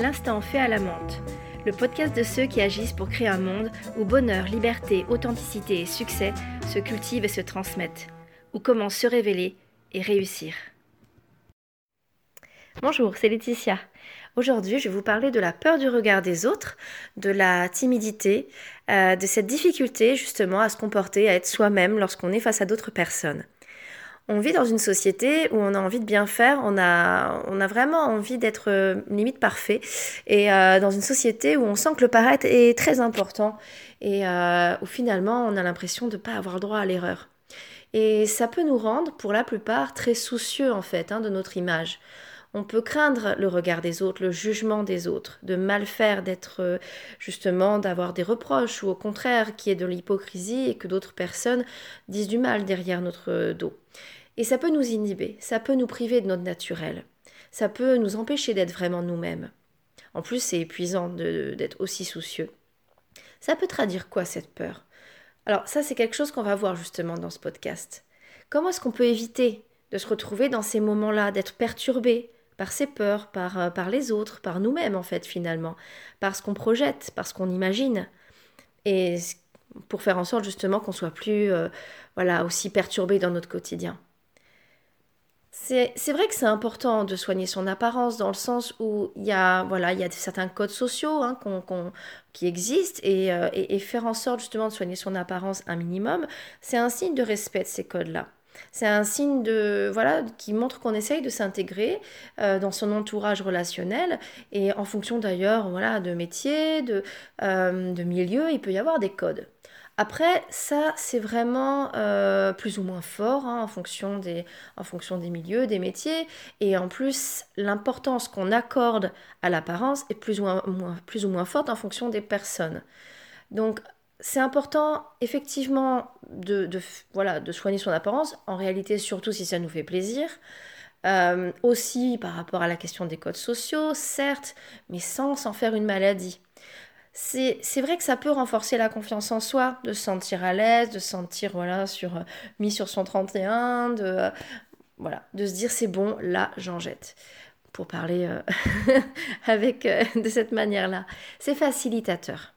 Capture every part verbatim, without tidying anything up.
L'Instant fait à la menthe, le podcast de ceux qui agissent pour créer un monde où bonheur, liberté, authenticité et succès se cultivent et se transmettent, où comment se révéler et réussir. Bonjour, c'est Laetitia. Aujourd'hui, je vais vous parler de la peur du regard des autres, de la timidité, euh, de cette difficulté justement à se comporter, à être soi-même lorsqu'on est face à d'autres personnes. On vit dans une société où on a envie de bien faire, on a, on a vraiment envie d'être euh, limite parfait, et euh, dans une société où on sent que le paraître est très important, et euh, où finalement on a l'impression de ne pas avoir le droit à l'erreur. Et ça peut nous rendre, pour la plupart, très soucieux en fait hein, de notre image. On peut craindre le regard des autres, le jugement des autres, de mal faire, d'être euh, justement, d'avoir des reproches, ou au contraire, qu'il y ait de l'hypocrisie et que d'autres personnes disent du mal derrière notre dos. Et ça peut nous inhiber, ça peut nous priver de notre naturel, ça peut nous empêcher d'être vraiment nous-mêmes. En plus, c'est épuisant de, d'être aussi soucieux. Ça peut traduire quoi cette peur ? Alors ça, c'est quelque chose qu'on va voir justement dans ce podcast. Comment est-ce qu'on peut éviter de se retrouver dans ces moments-là, d'être perturbé par ces peurs, par, euh, par les autres, par nous-mêmes en fait finalement, par ce qu'on projette, par ce qu'on imagine, et pour faire en sorte justement qu'on soit plus euh, voilà, aussi perturbé dans notre quotidien. C'est, c'est vrai que c'est important de soigner son apparence dans le sens où il y a, voilà, il y a certains codes sociaux hein, qu'on, qu'on, qui existent et, euh, et, et faire en sorte justement de soigner son apparence un minimum, c'est un signe de respect de ces codes-là. C'est un signe de, voilà, qui montre qu'on essaye de s'intégrer euh, dans son entourage relationnel et en fonction d'ailleurs voilà, de métier, de, euh, de milieu, il peut y avoir des codes. Après, ça, c'est vraiment euh, plus ou moins fort hein, en fonction des, en fonction des milieux, des métiers. Et en plus, l'importance qu'on accorde à l'apparence est plus ou moins, moins- plus ou moins forte en fonction des personnes. Donc, c'est important, effectivement, de, de, voilà, de soigner son apparence. En réalité, surtout si ça nous fait plaisir. Euh, aussi, par rapport à la question des codes sociaux, certes, mais sans s'en faire une maladie. C'est, c'est vrai que ça peut renforcer la confiance en soi, de se sentir à l'aise, de se sentir voilà, sur, euh, mis sur son trente et un, de, euh, voilà, de se dire c'est bon, là j'en jette. Pour parler euh, avec, euh, de cette manière-là. C'est facilitateur.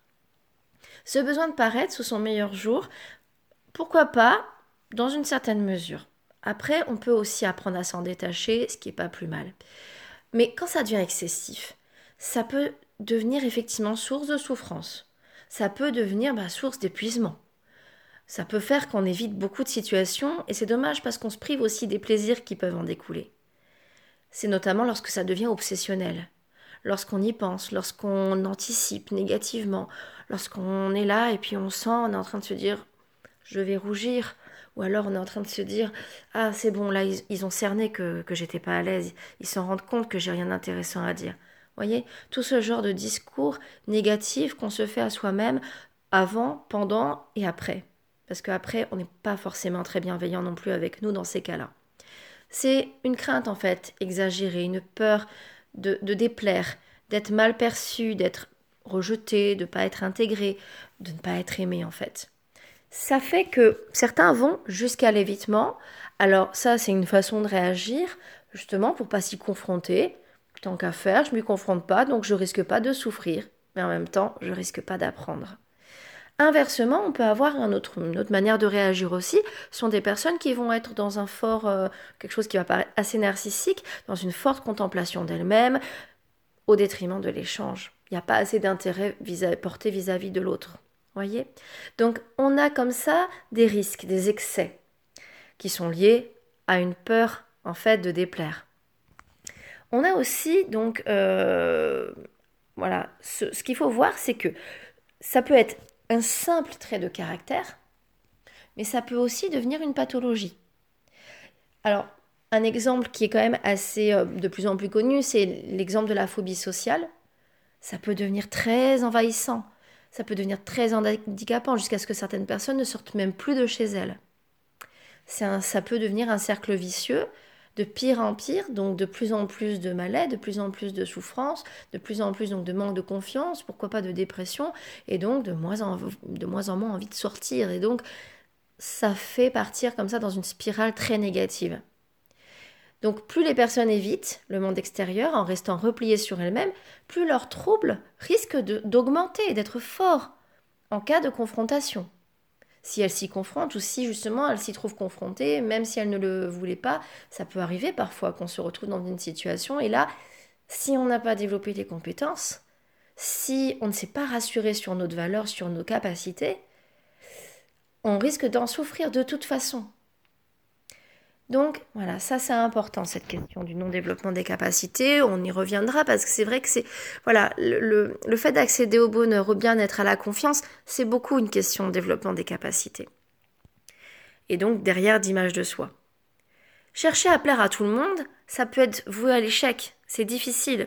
Ce besoin de paraître sous son meilleur jour, pourquoi pas, dans une certaine mesure. Après, on peut aussi apprendre à s'en détacher, ce qui n'est pas plus mal. Mais quand ça devient excessif, ça peut devenir effectivement source de souffrance. Ça peut devenir bah, source d'épuisement. Ça peut faire qu'on évite beaucoup de situations et c'est dommage parce qu'on se prive aussi des plaisirs qui peuvent en découler. C'est notamment lorsque ça devient obsessionnel, lorsqu'on y pense, lorsqu'on anticipe négativement, lorsqu'on est là et puis on sent, on est en train de se dire « je vais rougir », ou alors on est en train de se dire « ah c'est bon, là ils, ils ont cerné que, que j'étais pas à l'aise, ils s'en rendent compte que j'ai rien d'intéressant à dire ». Vous voyez, tout ce genre de discours négatifs qu'on se fait à soi-même avant, pendant et après. Parce qu'après, on n'est pas forcément très bienveillant non plus avec nous dans ces cas-là. C'est une crainte en fait exagérée, une peur de, de déplaire, d'être mal perçu, d'être rejeté, de ne pas être intégré, de ne pas être aimé en fait. Ça fait que certains vont jusqu'à l'évitement. Alors ça, c'est une façon de réagir, justement, pour ne pas s'y confronter. Tant qu'à faire, je ne m'y confronte pas, donc je ne risque pas de souffrir. Mais en même temps, je ne risque pas d'apprendre. Inversement, on peut avoir un autre, une autre manière de réagir aussi. Ce sont des personnes qui vont être dans un fort, euh, quelque chose qui va paraître assez narcissique, dans une forte contemplation d'elles-mêmes, au détriment de l'échange. Il n'y a pas assez d'intérêt vis-à- porté vis-à-vis de l'autre. Voyez ? Donc, on a comme ça des risques, des excès, qui sont liés à une peur, en fait, de déplaire. On a aussi, donc, euh, voilà, ce, ce qu'il faut voir, c'est que ça peut être un simple trait de caractère, mais ça peut aussi devenir une pathologie. Alors, un exemple qui est quand même assez, euh, de plus en plus connu, c'est l'exemple de la phobie sociale. Ça peut devenir très envahissant, ça peut devenir très handicapant, jusqu'à ce que certaines personnes ne sortent même plus de chez elles. C'est un, ça peut devenir un cercle vicieux, de pire en pire, donc de plus en plus de malaise, de plus en plus de souffrance, de plus en plus donc de manque de confiance, pourquoi pas de dépression, et donc de moins en, de moins, en moins envie de sortir. Et donc, ça fait partir comme ça dans une spirale très négative. Donc plus les personnes évitent le monde extérieur en restant repliées sur elles-mêmes, plus leurs troubles risquent de- d'augmenter et d'être forts en cas de confrontation. Si elles s'y confrontent ou si justement elles s'y trouvent confrontées, même si elles ne le voulaient pas, ça peut arriver parfois qu'on se retrouve dans une situation et là, si on n'a pas développé les compétences, si on ne s'est pas rassuré sur notre valeur, sur nos capacités, on risque d'en souffrir de toute façon. Donc voilà, ça c'est important, cette question du non-développement des capacités. On y reviendra parce que c'est vrai que c'est voilà le, le, le fait d'accéder au bonheur, au bien-être, à la confiance, c'est beaucoup une question de développement des capacités. Et donc derrière d'image de soi. Chercher à plaire à tout le monde, ça peut être voué à l'échec, c'est difficile.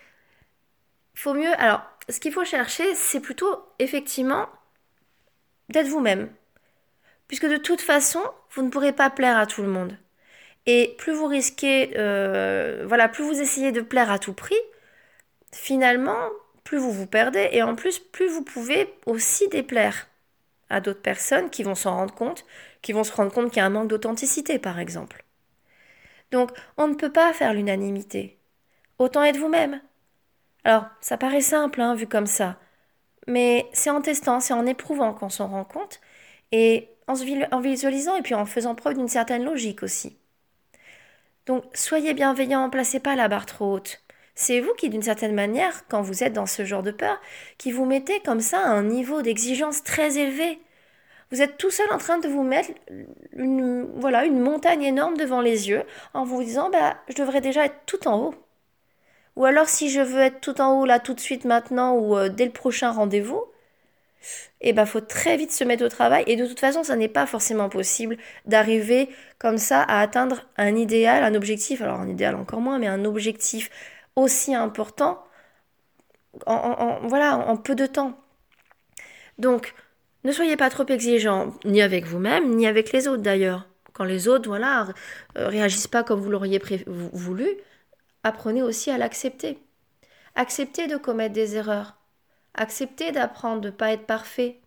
Il faut mieux, alors ce qu'il faut chercher, c'est plutôt effectivement d'être vous-même. Puisque de toute façon, vous ne pourrez pas plaire à tout le monde. Et plus vous risquez, euh, voilà, plus vous essayez de plaire à tout prix, finalement, plus vous vous perdez et en plus, plus vous pouvez aussi déplaire à d'autres personnes qui vont s'en rendre compte, qui vont se rendre compte qu'il y a un manque d'authenticité, par exemple. Donc, on ne peut pas faire l'unanimité. Autant être vous-même. Alors, ça paraît simple, hein, vu comme ça, mais c'est en testant, c'est en éprouvant qu'on s'en rend compte et en, se, en visualisant et puis en faisant preuve d'une certaine logique aussi. Donc, soyez bienveillants, placez pas la barre trop haute. C'est vous qui, d'une certaine manière, quand vous êtes dans ce genre de peur, qui vous mettez comme ça à un niveau d'exigence très élevé. Vous êtes tout seul en train de vous mettre une, voilà, une montagne énorme devant les yeux en vous disant bah, je devrais déjà être tout en haut. Ou alors si je veux être tout en haut là tout de suite maintenant ou euh, dès le prochain rendez-vous, eh ben faut très vite se mettre au travail et de toute façon ça n'est pas forcément possible d'arriver comme ça à atteindre un idéal, un objectif, alors un idéal encore moins, mais un objectif aussi important en, en- en- voilà, en peu de temps. Donc ne soyez pas trop exigeants, ni avec vous-même, ni avec les autres d'ailleurs. Quand les autres voilà, euh, réagissent pas comme vous l'auriez pré- voulu, apprenez aussi à l'accepter. Acceptez de commettre des erreurs. Accepter d'apprendre, de ne pas être parfait.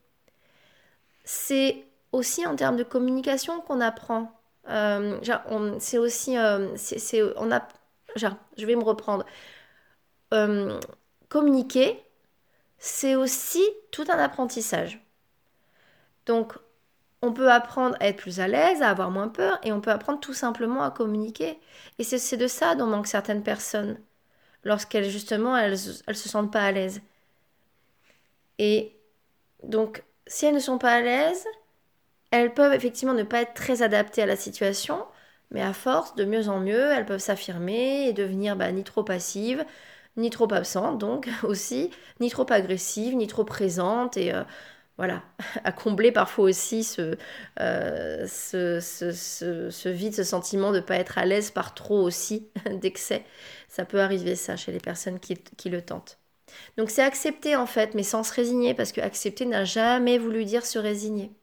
C'est aussi en termes de communication qu'on apprend. Euh, genre, on, c'est aussi, euh, c'est, c'est- on a, genre, je vais me reprendre. Euh, communiquer, c'est aussi tout un apprentissage. Donc, on peut apprendre à être plus à l'aise, à avoir moins peur, et on peut apprendre tout simplement à communiquer. Et c'est, c'est de ça dont manquent certaines personnes, lorsqu'elles, justement, elles, elles se sentent pas à l'aise. Et donc, si elles ne sont pas à l'aise, elles peuvent effectivement ne pas être très adaptées à la situation, mais à force, de mieux en mieux, elles peuvent s'affirmer et devenir bah, ni trop passives, ni trop absentes, donc aussi, ni trop agressives, ni trop présentes, et euh, voilà, à combler parfois aussi ce, euh, ce, ce, ce, ce vide, ce sentiment de ne pas être à l'aise par trop aussi d'excès. Ça peut arriver ça chez les personnes qui, qui le tentent. Donc c'est accepter en fait, mais sans se résigner, parce que accepter n'a jamais voulu dire se résigner.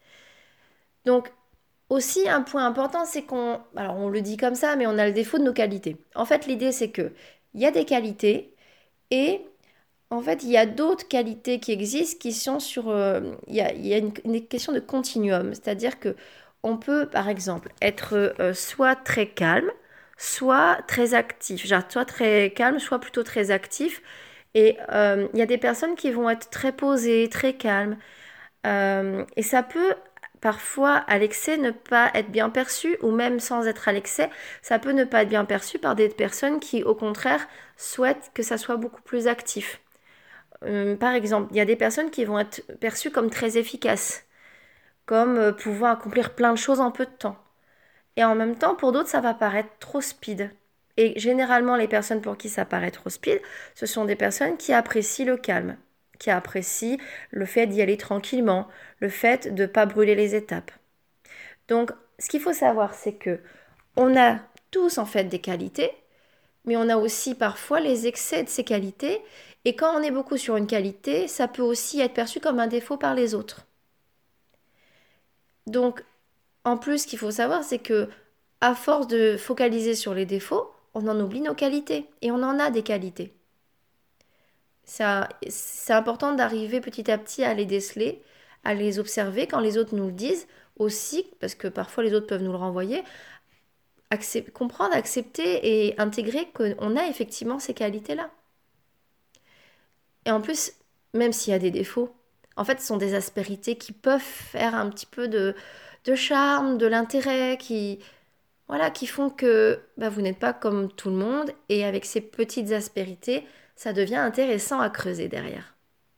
Donc aussi un point important, c'est qu'on, alors on le dit comme ça, mais on a le défaut de nos qualités. En fait, l'idée c'est que il y a des qualités et en fait il y a d'autres qualités qui existent qui sont sur, euh, il y a, il y a une, une question de continuum, c'est-à-dire que on peut par exemple être euh, soit très calme, soit très actif, genre soit très calme, soit plutôt très actif. Et euh, il y a des personnes qui vont être très posées, très calmes. Euh, et ça peut parfois, à l'excès, ne pas être bien perçu, ou même sans être à l'excès, ça peut ne pas être bien perçu par des personnes qui, au contraire, souhaitent que ça soit beaucoup plus actif. Euh, par exemple, il y a des personnes qui vont être perçues comme très efficaces, comme euh, pouvant accomplir plein de choses en peu de temps. Et en même temps, pour d'autres, ça va paraître trop speed. Et généralement, les personnes pour qui ça paraît trop speed, ce sont des personnes qui apprécient le calme, qui apprécient le fait d'y aller tranquillement, le fait de ne pas brûler les étapes. Donc, ce qu'il faut savoir, c'est que on a tous en fait des qualités, mais on a aussi parfois les excès de ces qualités. Et quand on est beaucoup sur une qualité, ça peut aussi être perçu comme un défaut par les autres. Donc, en plus, ce qu'il faut savoir, c'est que à force de focaliser sur les défauts, on en oublie nos qualités. Et on en a des qualités. Ça, c'est important d'arriver petit à petit à les déceler, à les observer quand les autres nous le disent aussi, parce que parfois les autres peuvent nous le renvoyer, accep- comprendre, accepter et intégrer qu'on a effectivement ces qualités-là. Et en plus, même s'il y a des défauts, en fait, ce sont des aspérités qui peuvent faire un petit peu de, de charme, de l'intérêt, qui, voilà, qui font que bah, vous n'êtes pas comme tout le monde. Et avec ces petites aspérités, ça devient intéressant à creuser derrière.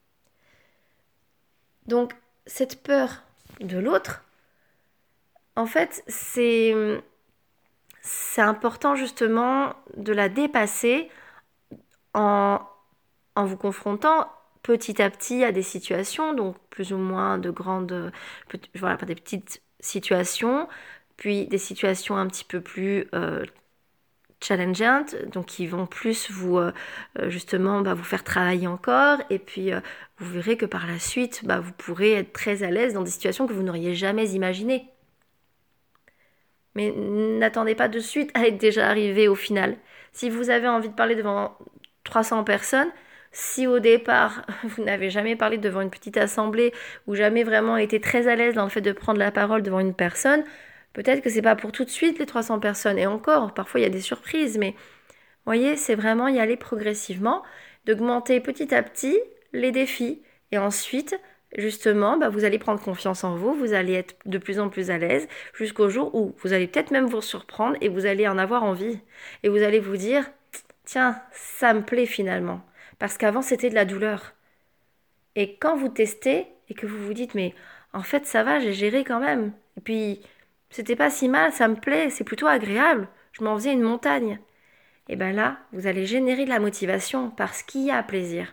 Donc, cette peur de l'autre, en fait, c'est, c'est important justement de la dépasser en, en vous confrontant petit à petit à des situations, donc plus ou moins de grandes, voilà, des petites situations, puis des situations un petit peu plus euh, challengeantes, donc qui vont plus vous euh, justement bah, vous faire travailler encore, et puis euh, vous verrez que par la suite, bah, vous pourrez être très à l'aise dans des situations que vous n'auriez jamais imaginées. Mais n'attendez pas de suite à être déjà arrivé au final. Si vous avez envie de parler devant trois cents personnes, si au départ vous n'avez jamais parlé devant une petite assemblée ou jamais vraiment été très à l'aise dans le fait de prendre la parole devant une personne, peut-être que c'est pas pour tout de suite les trois cents personnes. Et encore, parfois il y a des surprises, mais voyez, c'est vraiment y aller progressivement, d'augmenter petit à petit les défis et ensuite justement, bah, vous allez prendre confiance en vous, vous allez être de plus en plus à l'aise jusqu'au jour où vous allez peut-être même vous surprendre et vous allez en avoir envie. Et vous allez vous dire, tiens, ça me plaît finalement. Parce qu'avant, c'était de la douleur. Et quand vous testez et que vous vous dites, mais en fait, ça va, j'ai géré quand même. Et puis, c'était pas si mal, ça me plaît, c'est plutôt agréable. Je m'en faisais une montagne. Et bien là, vous allez générer de la motivation parce qu'il y a plaisir.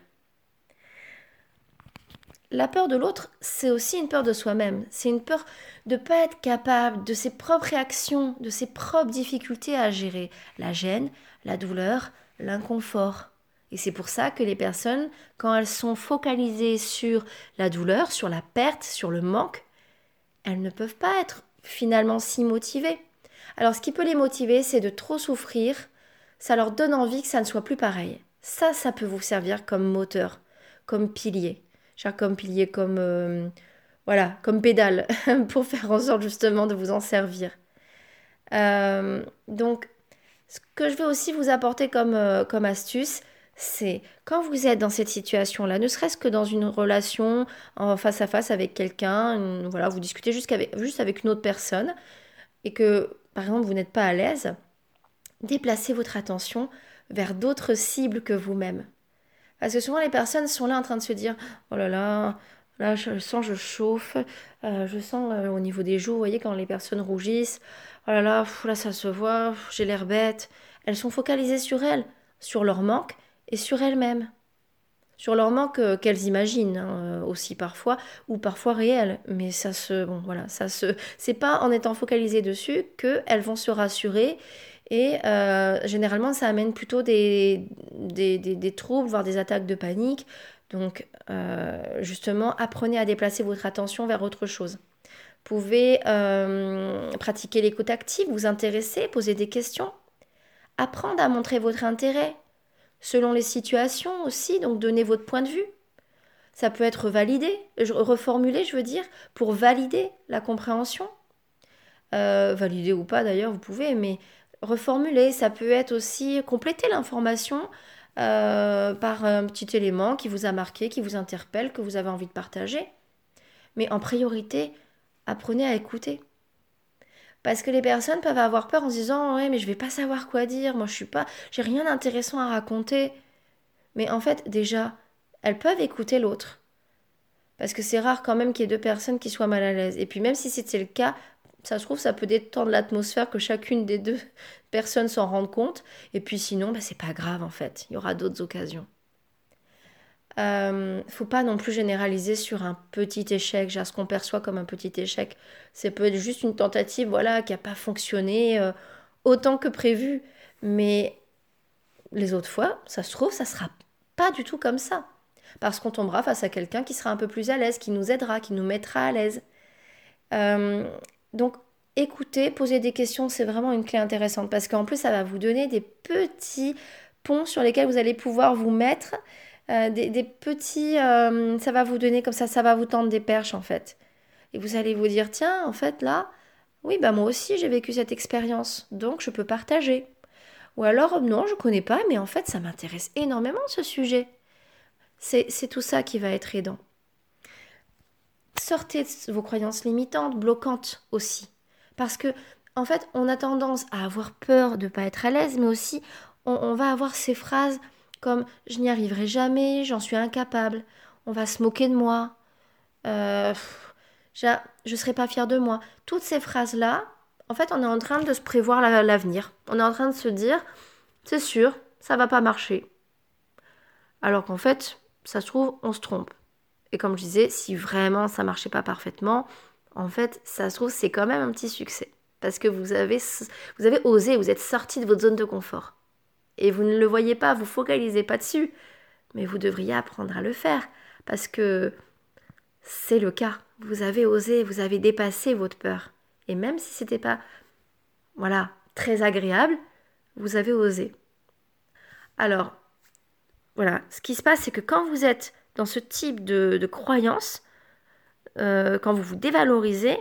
La peur de l'autre, c'est aussi une peur de soi-même. C'est une peur de ne pas être capable de ses propres réactions, de ses propres difficultés à gérer. La gêne, la douleur, l'inconfort. Et c'est pour ça que les personnes, quand elles sont focalisées sur la douleur, sur la perte, sur le manque, elles ne peuvent pas être finalement si motivées. Alors ce qui peut les motiver, c'est de trop souffrir. Ça leur donne envie que ça ne soit plus pareil. Ça, ça peut vous servir comme moteur, comme pilier. Genre comme pilier, comme euh, voilà, comme pédale pour faire en sorte justement de vous en servir. Euh, donc, ce que je vais aussi vous apporter comme, euh, comme astuce, c'est quand vous êtes dans cette situation-là, ne serait-ce que dans une relation en face à face avec quelqu'un, une- voilà, vous discutez juste avec, juste avec une autre personne et que, par exemple, vous n'êtes pas à l'aise, déplacez votre attention vers d'autres cibles que vous-même. Parce que souvent les personnes sont là en train de se dire oh là là, là je sens je chauffe, euh, je sens euh, au niveau des joues, vous voyez quand les personnes rougissent, oh là là, pff, là ça se voit, pff, j'ai l'air bête. Elles sont focalisées sur elles, sur leur manque et sur elles-mêmes. Sur leur manque euh, qu'elles imaginent hein, euh, aussi parfois ou parfois réel, mais ça se bon voilà, ça se c'est pas en étant focalisées dessus que elles vont se rassurer et euh, généralement ça amène plutôt des, des, des, des troubles, voire des attaques de panique. Donc euh, justement, apprenez à déplacer votre attention vers autre chose. Vous pouvez euh, pratiquer l'écoute active, vous intéresser, poser des questions, apprendre à montrer votre intérêt selon les situations aussi, donc donner votre point de vue. Ça peut être validé, reformulé, je veux dire, pour valider la compréhension. Euh, valider ou pas d'ailleurs, vous pouvez, mais reformuler, ça peut être aussi compléter l'information euh, par un petit élément qui vous a marqué, qui vous interpelle, que vous avez envie de partager. Mais en priorité, apprenez à écouter. Parce que les personnes peuvent avoir peur en se disant ouais mais je vais pas savoir quoi dire, moi je suis pas, j'ai rien d'intéressant à raconter. Mais en fait déjà, elles peuvent écouter l'autre. Parce que c'est rare quand même qu'il y ait deux personnes qui soient mal à l'aise. Et puis même si c'était le cas, ça se trouve, ça peut détendre l'atmosphère que chacune des deux personnes s'en rende compte. Et puis sinon, bah, c'est pas grave en fait. Il y aura d'autres occasions. Euh, faut pas non plus généraliser sur un petit échec, genre ce qu'on perçoit comme un petit échec. Ça peut être juste une tentative, voilà, qui n'a pas fonctionné euh, autant que prévu. Mais les autres fois, ça se trouve, ça sera pas du tout comme ça. Parce qu'on tombera face à quelqu'un qui sera un peu plus à l'aise, qui nous aidera, qui nous mettra à l'aise. Euh, donc, écouter, poser des questions, c'est vraiment une clé intéressante parce qu'en plus, ça va vous donner des petits ponts sur lesquels vous allez pouvoir vous mettre, euh, des, des petits, euh, ça va vous donner comme ça, ça va vous tendre des perches en fait. Et vous allez vous dire, tiens, en fait là, Oui, bah moi aussi j'ai vécu cette expérience, donc je peux partager. Ou alors, non, je connais pas, mais en fait, ça m'intéresse énormément ce sujet. C'est, c'est tout ça qui va être aidant. Sortez de vos croyances limitantes, bloquantes aussi. Parce que, en fait, on a tendance à avoir peur de ne pas être à l'aise, mais aussi, on, on va avoir ces phrases comme je n'y arriverai jamais, j'en suis incapable, on va se moquer de moi, euh, je ne serai pas fière de moi. Toutes ces phrases-là, en fait, on est en train de se prévoir la- l'avenir. On est en train de se dire, c'est sûr, ça va pas marcher. Alors qu'en fait, ça se trouve, on se trompe. Et comme je disais, si vraiment ça marchait pas parfaitement, en fait, ça se trouve, c'est quand même un petit succès. Parce que vous avez, vous avez osé, vous êtes sorti de votre zone de confort. Et vous ne le voyez pas, vous focalisez pas dessus. Mais vous devriez apprendre à le faire. Parce que c'est le cas. Vous avez osé, vous avez dépassé votre peur. Et même si c'était pas, voilà, très agréable, vous avez osé. Alors, voilà, ce qui se passe, c'est que quand vous êtes dans ce type de, de croyance, euh, quand vous vous dévalorisez,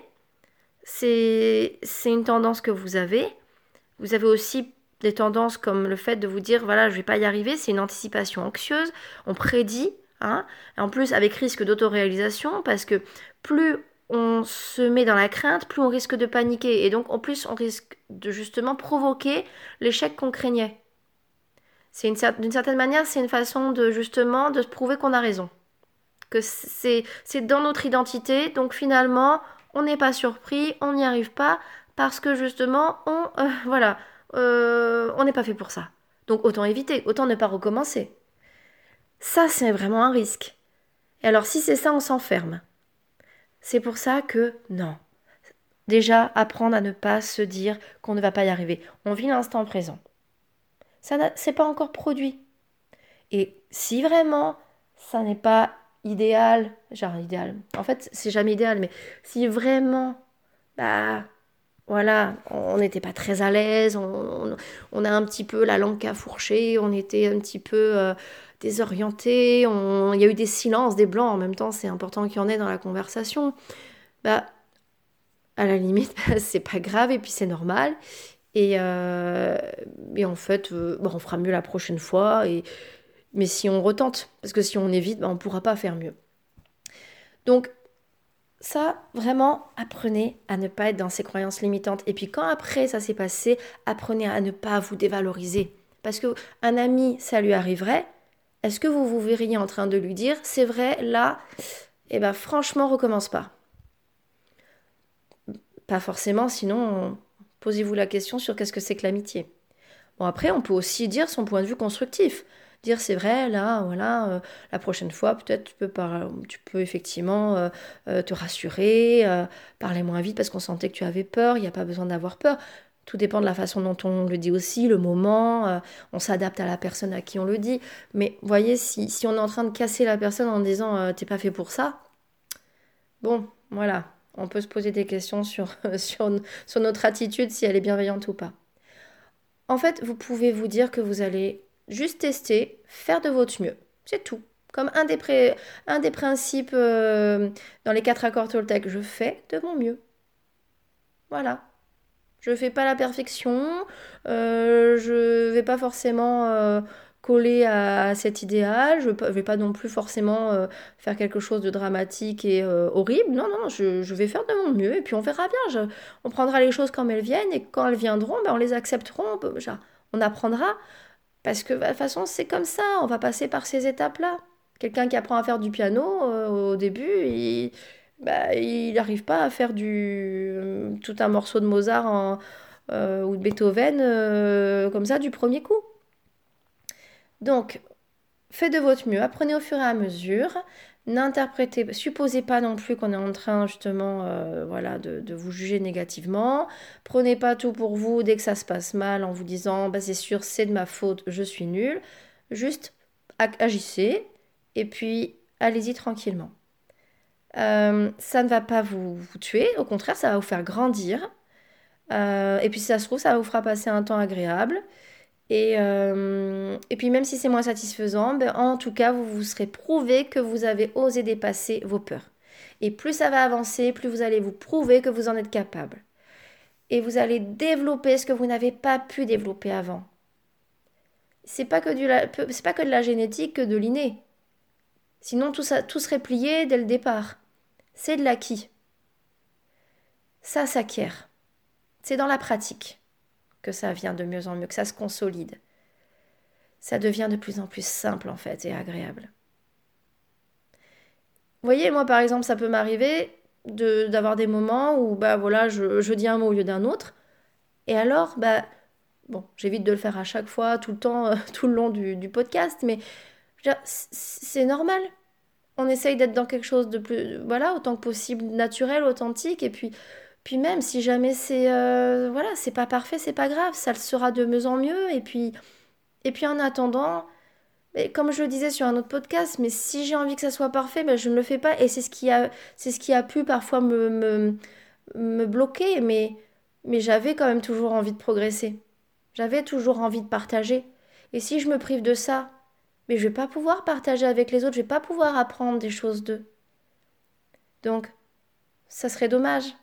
c'est, c'est une tendance que vous avez. Vous avez aussi des tendances comme le fait de vous dire, voilà, je ne vais pas y arriver, c'est une anticipation anxieuse, on prédit, hein, en plus avec risque d'autoréalisation, parce que plus on se met dans la crainte, plus on risque de paniquer, et donc en plus on risque de justement provoquer l'échec qu'on craignait. C'est une, d'une certaine manière, c'est une façon de justement de se prouver qu'on a raison. Que c'est, c'est dans notre identité, donc finalement, on n'est pas surpris, on n'y arrive pas, parce que justement, on, euh, voilà, euh, on n'est pas fait pour ça. Donc autant éviter, autant ne pas recommencer. Ça, c'est vraiment un risque. Et alors, si c'est ça, on s'enferme. C'est pour ça que non. Déjà, apprendre à ne pas se dire qu'on ne va pas y arriver. On vit l'instant présent. Ça, c'est pas encore produit. Et si vraiment ça n'est pas idéal, genre idéal, en fait c'est jamais idéal, mais si vraiment, bah voilà, on n'était pas très à l'aise, on, on, a un petit peu la langue à fourcher, on était un petit peu euh, désorienté, on, il y a eu des silences, des blancs, en même temps c'est important qu'il y en ait dans la conversation, bah à la limite c'est pas grave et puis c'est normal. Et, euh, et en fait, euh, bah, on fera mieux la prochaine fois. Et, mais si on retente, parce que si on évite, bah, on ne pourra pas faire mieux. Donc ça, vraiment, apprenez à ne pas être dans ces croyances limitantes. Et puis quand après ça s'est passé, apprenez à ne pas vous dévaloriser. Parce que un ami, ça lui arriverait. Est-ce que vous vous verriez en train de lui dire, c'est vrai, là, eh ben franchement, recommence pas. Pas forcément, sinon, posez-vous la question sur qu'est-ce que c'est que l'amitié. Bon, après, on peut aussi dire son point de vue constructif. Dire c'est vrai, là, voilà, euh, la prochaine fois, peut-être tu peux, par- tu peux effectivement euh, euh, te rassurer, euh, parler moins vite parce qu'on sentait que tu avais peur, il n'y a pas besoin d'avoir peur. Tout dépend de la façon dont on le dit aussi, le moment, euh, on s'adapte à la personne à qui on le dit. Mais voyez, si, si on est en train de casser la personne en disant euh, t'es pas fait pour ça, bon, voilà, on peut se poser des questions sur, sur, sur notre attitude, si elle est bienveillante ou pas. En fait, vous pouvez vous dire que vous allez juste tester, faire de votre mieux. C'est tout. Comme un des, pré- un des principes euh, dans les quatre accords Toltec, je fais de mon mieux. Voilà. Je ne fais pas la perfection, euh, je vais pas forcément euh, coller à, à cet idéal, je ne vais pas non plus forcément euh, faire quelque chose de dramatique et euh, horrible. Non, non, je, je vais faire de mon mieux et puis on verra bien. Je- on prendra les choses comme elles viennent et quand elles viendront, ben, on les acceptera, on, peut- genre, on apprendra parce que bah, de toute façon c'est comme ça, on va passer par ces étapes-là. Quelqu'un qui apprend à faire du piano euh, au début, il bah, il n'arrive pas à faire du tout un morceau de Mozart en- euh, ou de Beethoven euh, comme ça du premier coup. Donc, faites de votre mieux, apprenez au fur et à mesure. N'interprétez, supposez pas non plus qu'on est en train justement, euh, voilà, de, de vous juger négativement. Prenez pas tout pour vous dès que ça se passe mal en vous disant, bah c'est sûr, c'est de ma faute, je suis nul. Juste ag- agissez et puis allez-y tranquillement. Euh, ça ne va pas vous, vous tuer, au contraire, ça va vous faire grandir. Euh, et puis si ça se trouve, ça vous fera passer un temps agréable. Et, euh, et puis même si c'est moins satisfaisant, ben, en tout cas, vous vous serez prouvé que vous avez osé dépasser vos peurs. Et plus ça va avancer, plus vous allez vous prouver que vous en êtes capable. et vous allez développer ce que vous n'avez pas pu développer avant. C'est pas que du, c'est pas que de la génétique, que de l'inné. Sinon, tout, ça, tout serait plié dès le départ. C'est de l'acquis. Ça s'acquiert. C'est dans la pratique que ça vient de mieux en mieux, que ça se consolide. Ça devient de plus en plus simple, en fait, et agréable. Vous voyez, moi, par exemple, ça peut m'arriver de, d'avoir des moments où, bah voilà, je, je dis un mot au lieu d'un autre. Et alors, bah, bon, j'évite de le faire à chaque fois, tout le temps, euh, tout le long du, du podcast, mais je veux dire, c'est normal. On essaye d'être dans quelque chose de plus, voilà, autant que possible, naturel, authentique, et puis, puis même si jamais c'est, euh, voilà, c'est pas parfait, c'est pas grave, ça le sera de mieux en mieux, et puis, et puis en attendant, mais comme je le disais sur un autre podcast, mais si j'ai envie que ça soit parfait, ben je ne le fais pas, et c'est ce qui a, c'est ce qui a pu parfois me, me, me bloquer, mais, mais j'avais quand même toujours envie de progresser, j'avais toujours envie de partager, et si je me prive de ça, mais je vais pas pouvoir partager avec les autres, je vais pas pouvoir apprendre des choses d'eux. Donc, ça serait dommage.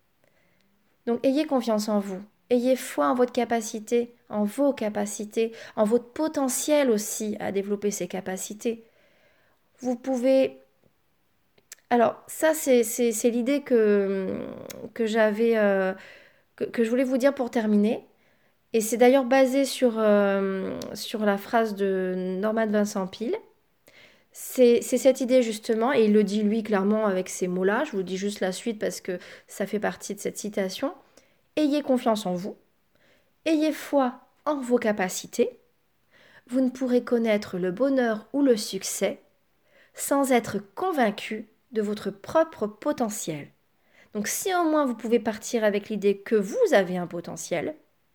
Donc, ayez confiance en vous. Ayez foi en votre capacité, en vos capacités, en votre potentiel aussi à développer ces capacités. Vous pouvez... Alors, ça, c'est, c'est, c'est l'idée que, que j'avais... euh, que, que je voulais vous dire pour terminer. Et c'est d'ailleurs basé sur, euh, sur la phrase de Norman Vincent Peale. C'est, c'est cette idée justement, et il le dit lui clairement avec ces mots-là, je vous dis juste la suite parce que ça fait partie de cette citation. Ayez confiance en vous, ayez foi en vos capacités, vous ne pourrez connaître le bonheur ou le succès sans être convaincu de votre propre potentiel. Donc si au moins vous pouvez partir avec l'idée que vous avez un potentiel,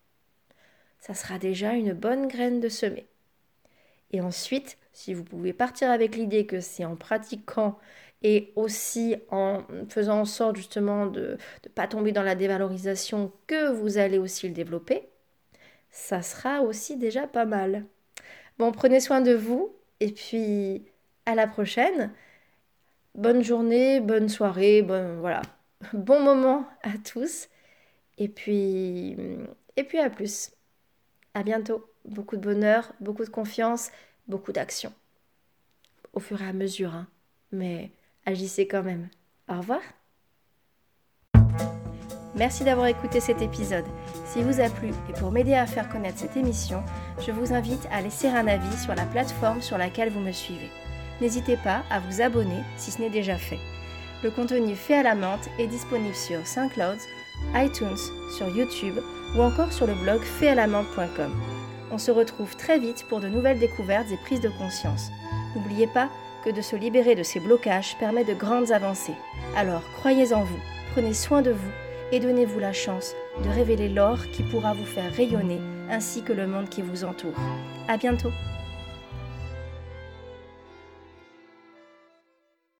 ça sera déjà une bonne graine de semer. Et ensuite, si vous pouvez partir avec l'idée que c'est en pratiquant et aussi en faisant en sorte justement de ne pas tomber dans la dévalorisation que vous allez aussi le développer, ça sera aussi déjà pas mal. Bon, prenez soin de vous et puis à la prochaine. Bonne journée, bonne soirée, bon, voilà. Bon moment à tous et puis, et puis à plus. À bientôt. Beaucoup de bonheur, beaucoup de confiance, beaucoup d'action. Au fur et à mesure, hein. Mais agissez quand même. Au revoir. Merci d'avoir écouté cet épisode. S'il vous a plu et pour m'aider à faire connaître cette émission, je vous invite à laisser un avis sur la plateforme sur laquelle vous me suivez. N'hésitez pas à vous abonner si ce n'est déjà fait. Le contenu fait à la menthe est disponible sur SoundCloud, iTunes, sur YouTube ou encore sur le blog fait à la menthe point com. On se retrouve très vite pour de nouvelles découvertes et prises de conscience. N'oubliez pas que de se libérer de ces blocages permet de grandes avancées. Alors croyez en vous, prenez soin de vous et donnez-vous la chance de révéler l'or qui pourra vous faire rayonner ainsi que le monde qui vous entoure. À bientôt!